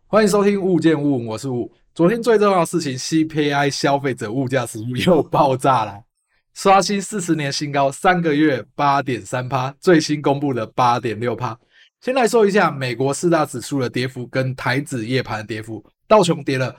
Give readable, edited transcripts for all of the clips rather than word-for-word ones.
欢迎收听物见物，我是物。昨天最重要的事情 ，CPI 消费者物价指数又爆炸了，刷新40年新高，3个月 8.3%，最新公布的 8.6%。先来说一下美国四大指数的跌幅跟台指夜盘的跌幅，道琼跌了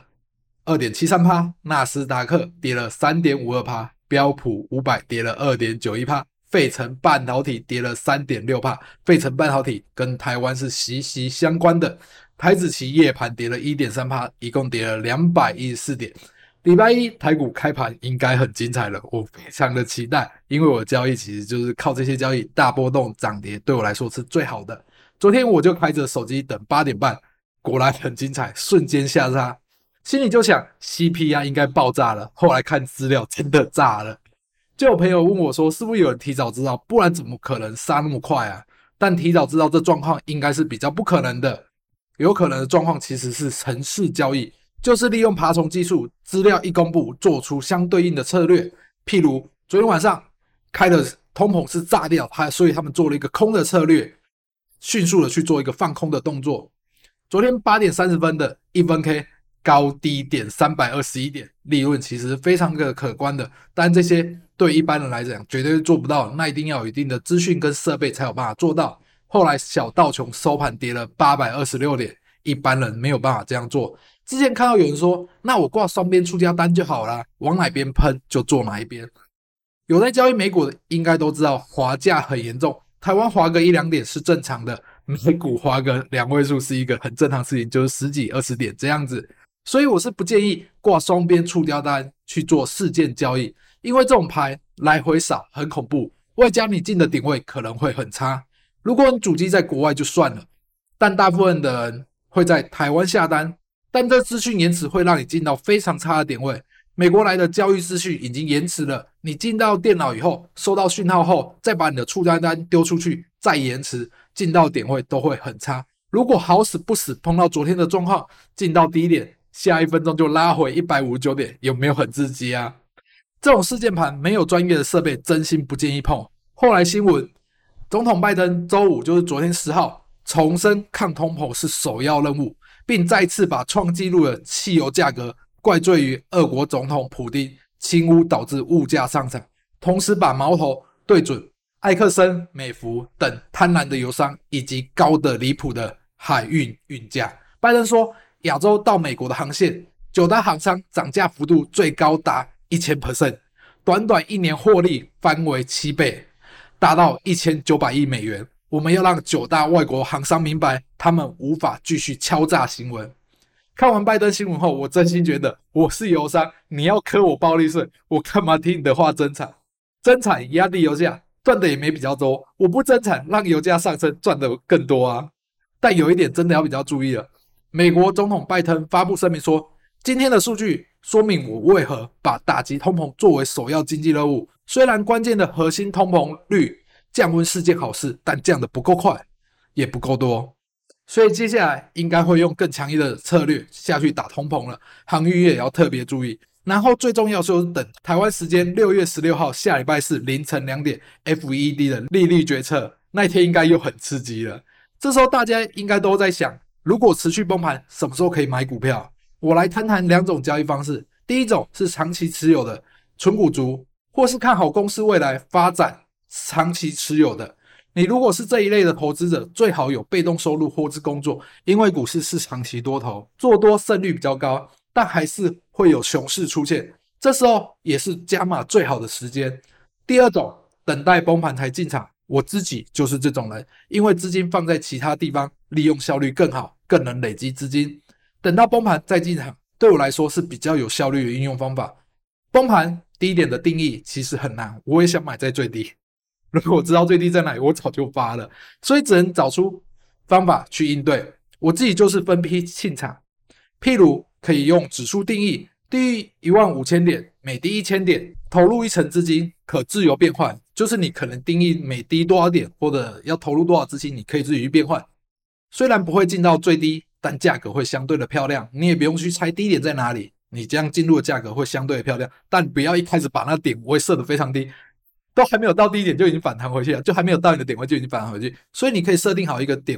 2.73%，纳斯达克跌了 3.52%，标普500跌了 2.91%，费城半导体跌了 3.6%，费城半导体跟台湾是息息相关的。台指期夜盘跌了 1.3%， 一共跌了214点。礼拜一台股开盘应该很精彩了，我非常的期待，因为我的交易其实就是靠这些交易大波动涨跌，对我来说是最好的。昨天我就开着手机等8点半，果然很精彩，瞬间下杀，心里就想 CPI 应该爆炸了，后来看资料真的炸了。就有朋友问我说，是不是有人提早知道，不然怎么可能杀那么快啊？但提早知道这状况应该是比较不可能的。有可能的状况其实是程式交易，就是利用爬虫技术，资料一公布，做出相对应的策略。譬如昨天晚上开的通膨是炸掉，所以他们做了一个空的策略，迅速的去做一个放空的动作。昨天8点30分的1分 K 高低点321点，利润其实非常的可观的，但这些对一般人来讲绝对做不到，那一定要有一定的资讯跟设备才有办法做到。后来小道琼收盘跌了826点，一般人没有办法这样做。之前看到有人说，那我挂双边出价单就好啦，往哪边喷就做哪一边。有在交易美股的应该都知道，滑价很严重，台湾滑个1-2点是正常的，美股滑个2位数是一个很正常的事情，就是10几20点这样子。所以我是不建议挂双边出价单去做事件交易，因为这种牌来回扫很恐怖，外加你进的点位可能会很差。如果你主机在国外就算了，但大部分的人会在台湾下单，但这资讯延迟会让你进到非常差的点位。美国来的交易资讯已经延迟了，你进到电脑以后，收到讯号后，再把你的出单单丢出去，再延迟，进到点位都会很差。如果好死不死碰到昨天的状况，进到低点，下1分钟就拉回159点，有没有很刺激啊？这种事件盘没有专业的设备，真心不建议碰。后来新闻，总统拜登周五就是昨天10号重申抗通膨是首要任务，并再次把创纪录的汽油价格怪罪于俄国总统普丁侵乌导致物价上涨，同时把矛头对准埃克森、美孚等贪婪的油商以及高的离谱的海运运价。拜登说，亚洲到美国的航线9大航商涨价幅度最高达 1000%， 短短1年获利翻为7倍，达到1900亿美元。我们要让9大外国航商明白，他们无法继续敲诈新闻。看完拜登新闻后，我真心觉得我是油商，你要科我暴利税，我干嘛听你的话增产？增产压低油价，赚的也没比较多。我不增产，让油价上升，赚的更多啊。但有一点真的要比较注意了，美国总统拜登发布声明说，今天的数据说明我为何把打击通膨作为首要经济任务。虽然关键的核心通膨率降温是件好事，但降的不够快，也不够多。所以接下来应该会用更强硬的策略下去打通膨了，航运业也要特别注意。然后最重要就是等台湾时间6月16号下礼拜四凌晨2点 FED 的利率决策，那一天应该又很刺激了。这时候大家应该都在想，如果持续崩盘，什么时候可以买股票？我来谈谈2种交易方式。第一种是长期持有的纯股族，或是看好公司未来发展长期持有的。你如果是这一类的投资者，最好有被动收入或是工作，因为股市是长期多头，做多胜率比较高，但还是会有熊市出现，这时候也是加码最好的时间。第二种，等待崩盘才进场，我自己就是这种人，因为资金放在其他地方，利用效率更好，更能累积资金，等到崩盘再进场，对我来说是比较有效率的应用方法。崩盘低点的定义其实很难，我也想买在最低，如果我知道最低在哪里，我早就发了，所以只能找出方法去应对。我自己就是分批进场，譬如可以用指数定义，低于15000点，每低1000点，投入1成资金，可自由变换，就是你可能定义每低多少点，或者要投入多少资金，你可以自己去变换。虽然不会进到最低，但价格会相对的漂亮，你也不用去猜低点在哪里，你这样进入的价格会相对的漂亮，但不要一开始把那点位设得非常低，都还没有到低点就已经反弹回去了，就还没有到你的点位就已经反弹回去，所以你可以设定好一个点位，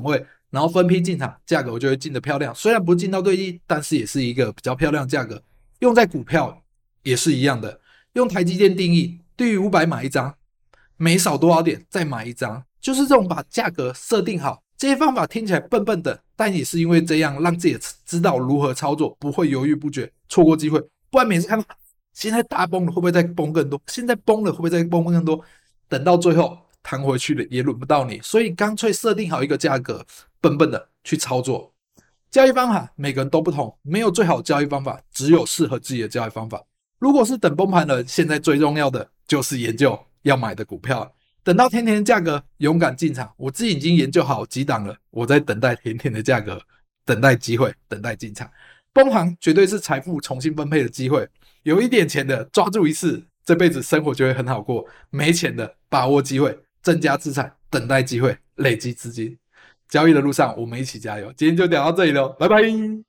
然后分批进场，价格我就会进得漂亮。虽然不进到对一，但是也是一个比较漂亮的价格。用在股票也是一样的，用台积电定义，低于500买一张，每少多少点再买一张，就是这种把价格设定好。这些方法听起来笨笨的，但也是因为这样让自己知道如何操作，不会犹豫不决，错过机会。不然每次看到现在大崩了，会不会再崩更多？现在崩了，会不会再崩更多？等到最后弹回去了，也轮不到你。所以干脆设定好一个价格，笨笨的去操作。交易方法每个人都不同，没有最好的交易方法，只有适合自己的交易方法。如果是等崩盘的人，现在最重要的就是研究要买的股票。等到甜甜的价格，勇敢进场。我自己已经研究好几档了，我在等待甜甜的价格，等待机会，等待进场。崩盘绝对是财富重新分配的机会，有一点钱的抓住一次，这辈子生活就会很好过。没钱的把握机会，增加资产，等待机会，累积资金。交易的路上，我们一起加油。今天就聊到这里了，拜拜。